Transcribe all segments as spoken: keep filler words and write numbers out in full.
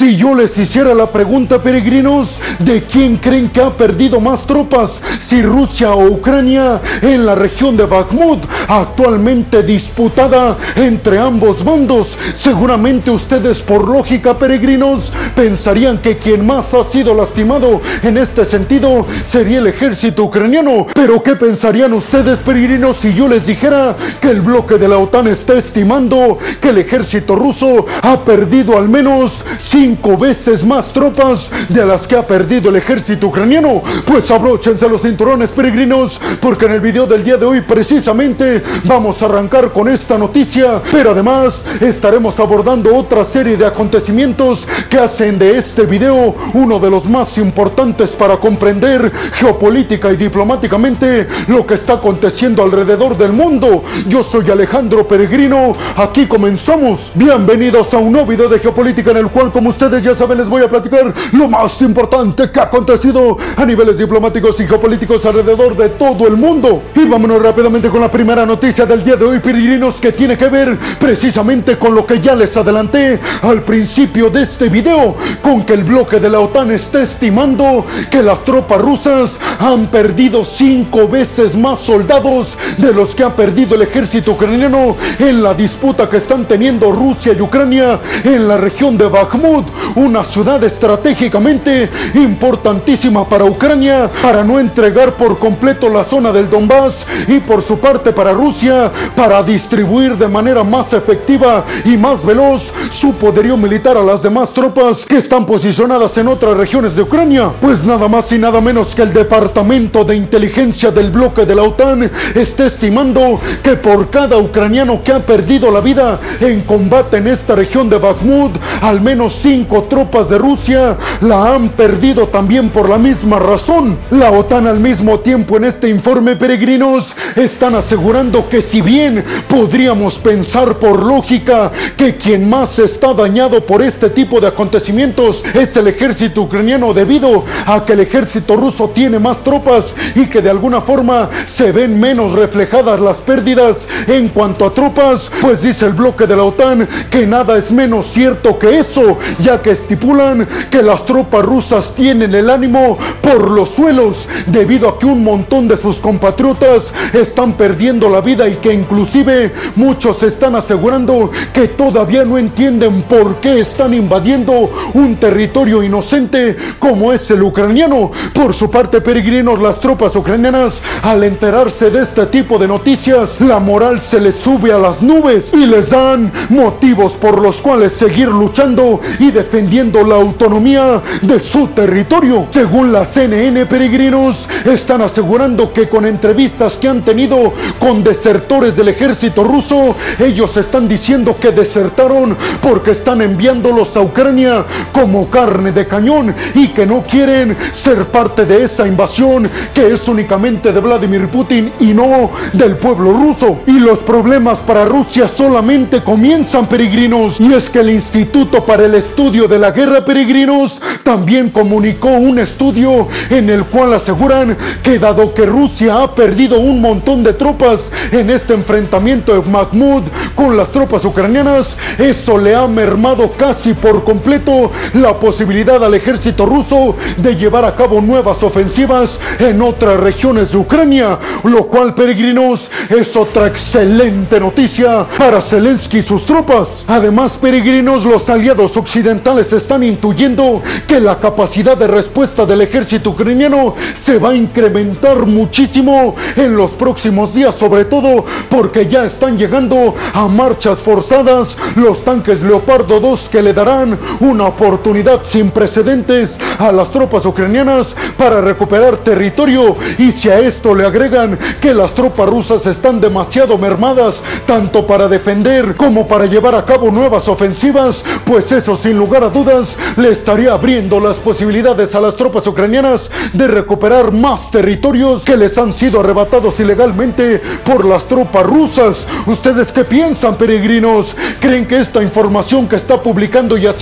Si yo les hiciera la pregunta, peregrinos, ¿de quién creen que ha perdido más tropas? Si Rusia o Ucrania, en la región de Bakhmut, actualmente disputada entre ambos bandos. Seguramente ustedes, por lógica, peregrinos, pensarían que quien más ha sido lastimado en este sentido sería el ejército ucraniano. Pero ¿qué pensarían ustedes, peregrinos, si yo les dijera que el bloque de la OTAN está estimando que el ejército ruso ha perdido al menos cinco veces más tropas de las que ha perdido el ejército ucraniano? Pues abróchense los cinturones, peregrinos, porque en el video del día de hoy precisamente vamos a arrancar con esta noticia, pero además estaremos abordando otra serie de acontecimientos que hacen de este video uno de los más importantes para comprender geopolítica y diplomáticamente lo que está aconteciendo alrededor del mundo. Yo soy Alejandro Peregrino, aquí comenzamos. Bienvenidos a un nuevo video de geopolítica en el cual, como ustedes ya saben, les voy a platicar lo más importante que ha acontecido a niveles diplomáticos y geopolíticos alrededor de todo el mundo. Y vámonos rápidamente con la primera noticia del día de hoy, peregrinos, que tiene que ver precisamente con lo que ya les adelanté al principio de este video, con que el bloque de la OTAN está estimando que las tropas rusas han perdido cinco veces más soldados de los que ha perdido el ejército ucraniano en la disputa que están teniendo Rusia y Ucrania en la región de Bakhmut, una ciudad estratégicamente importantísima para Ucrania, para no entregar por completo la zona del Donbass, y por su parte para Rusia, para distribuir de manera más efectiva y más veloz su poderío militar a las demás tropas que están posicionadas en otras regiones de Ucrania. Pues nada más y nada menos que el Departamento de Inteligencia del bloque de la OTAN está estimando que por cada ucraniano que ha perdido la vida en combate en esta región de Bakhmut, al menos cinco tropas de Rusia la han perdido también por la misma razón. La OTAN, al mismo tiempo, en este informe, peregrinos, están asegurando que si bien podríamos pensar por lógica que quien más está dañado por este tipo de acontecimientos es el ejército ucraniano, debido a que el ejército ruso tiene más tropas y que de alguna forma se ven menos reflejadas las pérdidas en cuanto a tropas, pues dice el bloque de la OTAN que nada es menos cierto que eso, ya que estipulan que las tropas rusas tienen el ánimo por los suelos debido a que un montón de sus compatriotas están perdiendo la vida y que inclusive muchos están asegurando que todavía no entienden por qué están invadiendo un territorio inocente como es el ucraniano. Por su parte, peregrinos, las tropas ucranianas, al enterarse de este tipo de noticias, la moral se les sube a las nubes y les dan motivos por los cuales seguir luchando y defendiendo la autonomía de su territorio. Según la C N N, peregrinos, están asegurando que con entrevistas que han tenido con desertores del ejército ruso, ellos están diciendo que desertaron porque están enviándolos a Ucrania como carne de cañón y que no quieren ser parte de esa invasión que es únicamente de Vladimir Putin y no del pueblo ruso. Y los problemas para Rusia solamente comienzan, peregrinos, y es que el Instituto para el Estudio de la Guerra, peregrinos, también comunicó un estudio en el cual aseguran que dado que Rusia ha perdido un montón de tropas en este enfrentamiento de Bakhmut con las tropas ucranianas, eso le ha mermado casi por completo la posibilidad al ejército ruso de llevar a cabo nuevas ofensivas en otras regiones de Ucrania, lo cual, peregrinos, es otra excelente noticia para Zelensky y sus tropas. Además, peregrinos, los aliados occidentales están intuyendo que la capacidad de respuesta del ejército ucraniano se va a incrementar muchísimo en los próximos días, sobre todo porque ya están llegando a marchas forzadas los tanques Leopardo dos, que le darán una oportunidad sin precedentes a las tropas ucranianas para recuperar territorio. Y si a esto le agregan que las tropas rusas están demasiado mermadas tanto para defender como para llevar a cabo nuevas ofensivas, pues eso sin lugar a dudas le estaría abriendo las posibilidades a las tropas ucranianas de recuperar más territorios que les han sido arrebatados ilegalmente por las tropas rusas. ¿Ustedes qué piensan, peregrinos? ¿Creen que esta información que está publicando y haciendo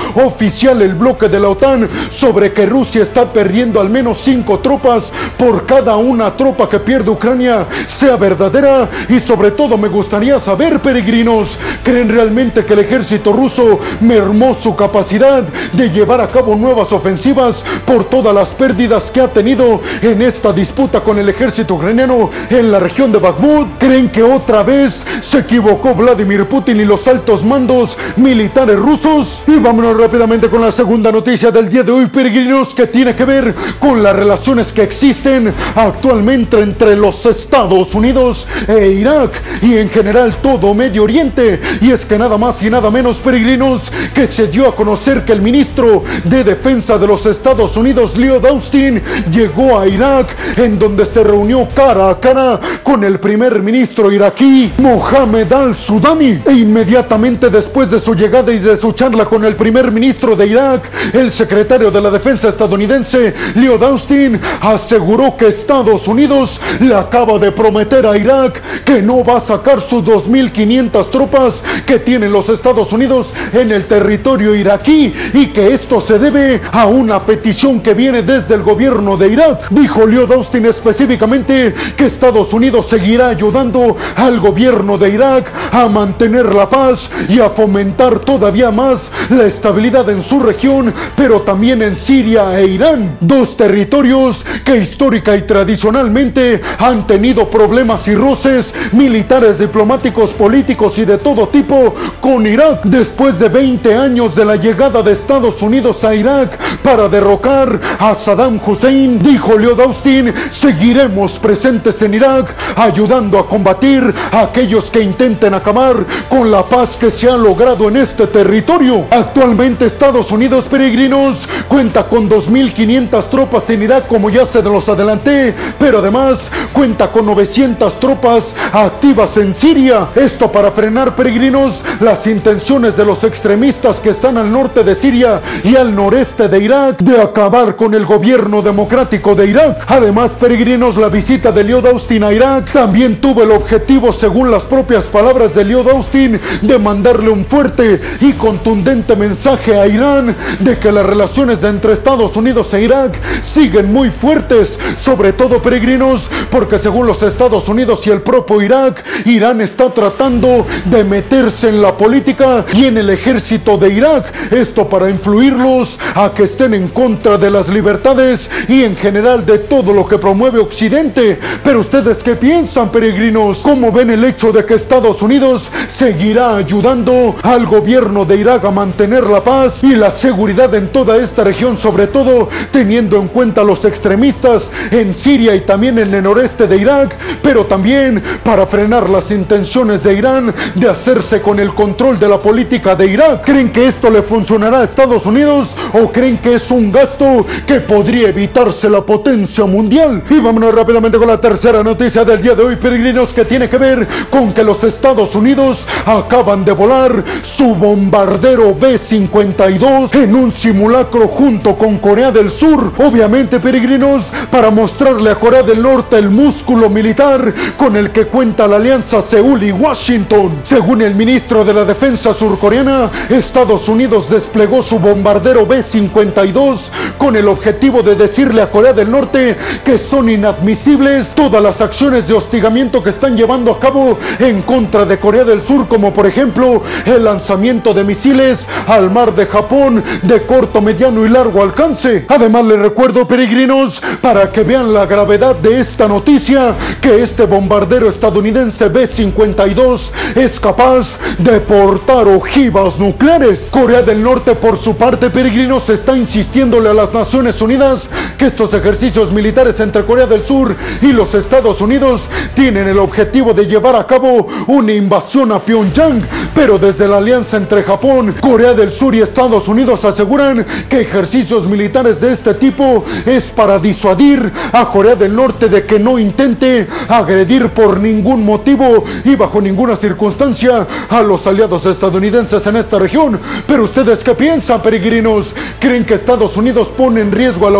oficial el bloque de la OTAN sobre que Rusia está perdiendo al menos cinco tropas por cada una tropa que pierde Ucrania sea verdadera? Y sobre todo me gustaría saber, peregrinos, ¿creen realmente que el ejército ruso mermó su capacidad de llevar a cabo nuevas ofensivas por todas las pérdidas que ha tenido en esta disputa con el ejército ucraniano en la región de Bakhmut? ¿Creen que otra vez se equivocó Vladimir Putin y los altos mandos militares rusos? Y vámonos rápidamente con la segunda noticia del día de hoy, peregrinos, que tiene que ver con las relaciones que existen actualmente entre los Estados Unidos e Irak y en general todo Medio Oriente. Y es que nada más y nada menos, peregrinos, que se dio a conocer que el ministro de Defensa de los Estados Unidos, Lloyd Austin, llegó a Irak, en donde se reunió cara a cara con el primer ministro iraquí, Mohamed al-Sudani. E inmediatamente después de su llegada y de su charla con el primer ministro de Irak, el secretario de la Defensa estadounidense, Lloyd Austin, aseguró que Estados Unidos le acaba de prometer a Irak que no va a sacar sus dos mil quinientas tropas que tienen los Estados Unidos en el territorio iraquí y que esto se debe a una petición que viene desde el gobierno de Irak. Dijo Lloyd Austin específicamente que Estados Unidos seguirá ayudando al gobierno de Irak a mantener la paz y a fomentar todavía más la estabilidad en su región, pero también en Siria e Irán, dos territorios que histórica y tradicionalmente han tenido problemas y roces militares, diplomáticos, políticos y de todo tipo con Irak. Después de veinte años de la llegada de Estados Unidos a Irak para derrocar a Saddam Hussein, dijo Lloyd Austin, seguiremos presentes en Irak ayudando a combatir a aquellos que intenten acabar con la paz que se ha logrado en este territorio. Actualmente Estados Unidos, peregrinos, cuenta con dos mil quinientas tropas en Irak, como ya se los adelanté, pero además cuenta con novecientas tropas activas en Siria. Esto para frenar, peregrinos, las intenciones de los extremistas que están al norte de Siria y al noreste de Irak de acabar con el gobierno democrático de Irak. Además, peregrinos, la visita de Lloyd Austin a Irak también tuvo el objetivo, según las propias palabras de Lloyd Austin, de mandarle un fuerte y contundente mensaje a Irán de que las relaciones de entre Estados Unidos e Irak siguen muy fuertes, sobre todo, peregrinos, porque según los Estados Unidos y el propio Irak, Irán está tratando de meterse en la política y en el ejército de Irak, esto para influirlos a que estén en contra de las libertades y en general de todo lo que promueve Occidente. Pero ustedes, ¿qué piensan, peregrinos? ¿Cómo ven el hecho de que Estados Unidos seguirá ayudando al gobierno de Irak a mantener la paz y la seguridad en toda esta región, sobre todo teniendo en cuenta los extremistas en Siria y también en el noreste de Irak, pero también para frenar las intenciones de Irán de hacerse con el control de la política de Irak? ¿Creen que esto le funcionará a Estados Unidos o creen que es un gasto que podría evitarse la potencia mundial? Y vámonos rápidamente con la tercera noticia del día de hoy, peregrinos, que tiene que ver con que los Estados Unidos acaban de volar su bombardero B cincuenta y dos en un simulacro junto con Corea del Sur. Obviamente, peregrinos, para mostrarle a Corea del Norte el músculo militar con el que cuenta la alianza Seúl y Washington. Según el ministro de la Defensa surcoreana, Estados Unidos desplegó su bombardero B cincuenta y dos con el objetivo de decirle a Corea del Norte que son inadmisibles todas las acciones de hostigamiento que están llevando a cabo en contra de Corea del Sur, como por ejemplo el lanzamiento de misiles al mar de Japón de corto, mediano y largo alcance. Además, les recuerdo, peregrinos, para que vean la gravedad de esta noticia, que este bombardero estadounidense B cincuenta y dos es capaz de portar ojivas nucleares. Corea del Norte, por su parte, peregrinos, está insistiéndole a las Naciones Unidas que estos ejercicios militares entre Corea del Sur y los Estados Unidos tienen el objetivo de llevar a cabo una invasión a Pyongyang, pero desde la alianza entre Japón, Corea del Sur y Estados Unidos aseguran que ejercicios militares de este tipo es para disuadir a Corea del Norte de que no intente agredir por ningún motivo y bajo ninguna circunstancia a los aliados estadounidenses en esta región. Pero ustedes, ¿qué piensan, peregrinos? ¿Creen que Estados Unidos pone en riesgo a la humanidad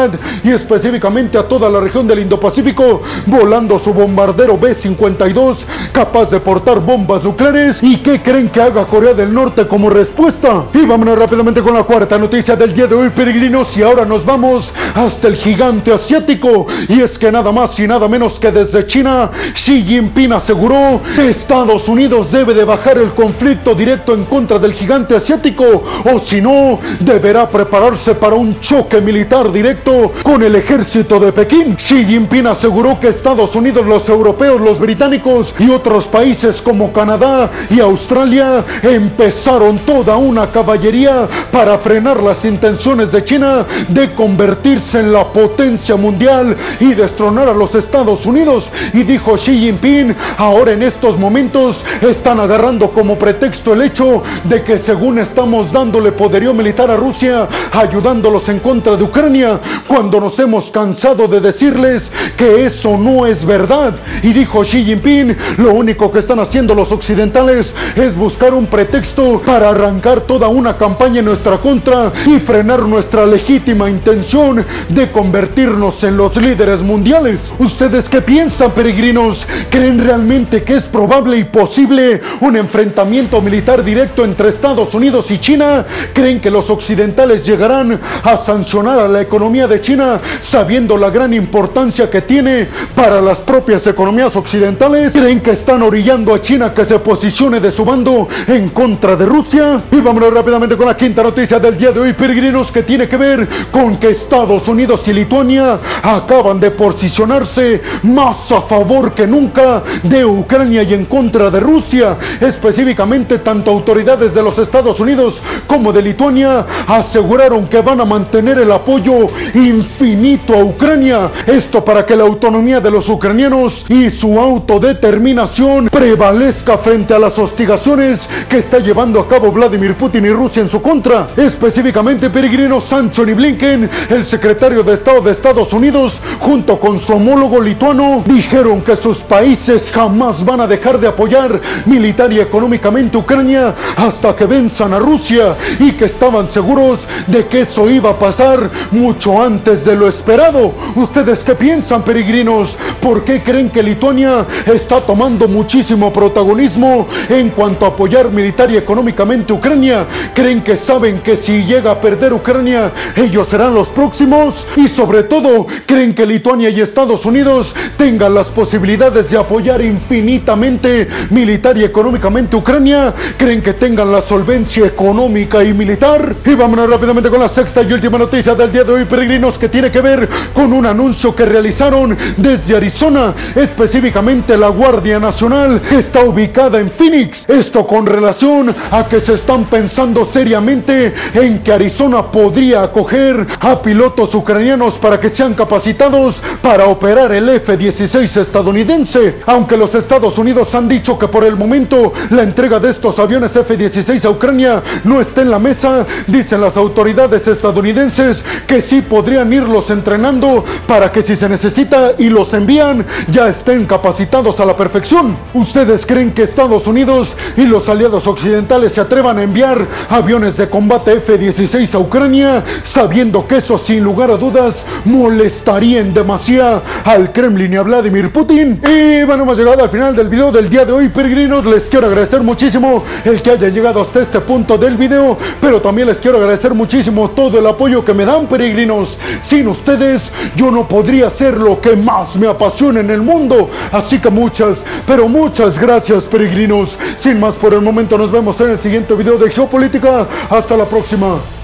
seguridad y específicamente a toda la región del Indo-Pacífico, volando su bombardero B cincuenta y dos capaz de portar bombas nucleares. ¿Y qué creen que haga Corea del Norte como respuesta? Y vámonos rápidamente con la cuarta noticia del día de hoy, peregrinos, y ahora nos vamos hasta el gigante asiático, y es que nada más y nada menos que desde China, Xi Jinping aseguró que Estados Unidos debe de bajar el conflicto directo en contra del gigante asiático, o si no, deberá prepararse para un choque militar directo con el ejército de Pekín. Xi Jinping aseguró que Estados Unidos, los europeos, los británicos y otros países como Canadá y Australia empezaron toda una caballería para frenar las intenciones de China de convertirse en la potencia mundial y destronar a los Estados Unidos. Y dijo Xi Jinping, ahora en estos momentos están agarrando como pretexto el hecho de que según estamos dándole poderío militar a Rusia, ayudándolos en contra de Ucrania, cuando nos hemos cansado de decirles que eso no es verdad. Y dijo Xi Jinping, lo único que están haciendo los occidentales es buscar un pretexto para arrancar toda una campaña en nuestra contra y frenar nuestra legítima intención de convertirnos en los líderes mundiales. ¿Ustedes qué piensan, peregrinos? ¿Creen realmente que es probable y posible un enfrentamiento militar directo entre Estados Unidos y China? ¿Creen que los occidentales llegarán a sancionar a la economía de China sabiendo la gran importancia que tiene para las propias economías occidentales? ¿Creen que están orillando a China que se posicione de su bando en contra de Rusia? Y vámonos rápidamente con la quinta noticia del día de hoy, peregrinos, que tiene que ver con que Estados Unidos y Lituania acaban de posicionarse más a favor que nunca de Ucrania y en contra de Rusia. Específicamente, tanto autoridades de los Estados Unidos como de Lituania aseguraron que van a mantener el apoyo infinito a Ucrania. Esto para que la autonomía de los ucranianos y su autodeterminación prevalezca frente a las hostigaciones que está llevando a cabo Vladimir Putin y Rusia en su contra. Específicamente, peregrinos, Anthony Blinken, el secretario de Estado de Estados Unidos, junto con su homólogo lituano, dijeron que sus países jamás van a dejar de apoyar militar y económicamente Ucrania hasta que venzan a Rusia, y que estaban seguros de que eso iba a pasar mucho antes de lo esperado. ¿Ustedes qué piensan, peregrinos? ¿Por qué creen que Lituania está tomando muchísimo protagonismo en cuanto a apoyar militar y económicamente Ucrania? ¿Creen que saben que si llega a perder Ucrania, ellos serán los próximos? Y sobre todo, ¿creen que Lituania y Estados Unidos tengan las posibilidades de apoyar infinitamente militar y económicamente Ucrania? ¿Creen que tengan la solvencia económica y militar? Y vámonos rápidamente con la sexta y última noticia del día de hoy, peregrinos, que tiene que ver con un anuncio que realizaron desde Arizona, específicamente la Guardia Nacional, que está ubicada en Phoenix. Esto con relación a que se están pensando seriamente en que Arizona podría acoger a pilotos ucranianos para que sean capacitados para operar el F dieciséis estadounidense. Aunque los Estados Unidos han dicho que por el momento la entrega de estos aviones F dieciséis a Ucrania no está en la mesa, dicen las autoridades estadounidenses que sí podrían irlos entrenando para que si se necesita y los envían, ya estén capacitados a la perfección. ¿Ustedes creen que Estados Unidos y los aliados occidentales se atrevan a enviar aviones de combate F dieciséis a Ucrania, sabiendo que eso sin lugar a dudas molestaría en demasía al Kremlin y a Vladimir Putin? Y bueno, hemos llegado al final del video del día de hoy, peregrinos. Les quiero agradecer muchísimo el que hayan llegado hasta este punto del video, pero también les quiero agradecer muchísimo todo el apoyo que me dan, peregrinos. Sin ustedes yo no podría hacer lo que más me apasiona en el mundo, así que muchas, pero muchas gracias, peregrinos. Sin más por el momento, nos vemos en el siguiente video de Geopolítica. Hasta la próxima.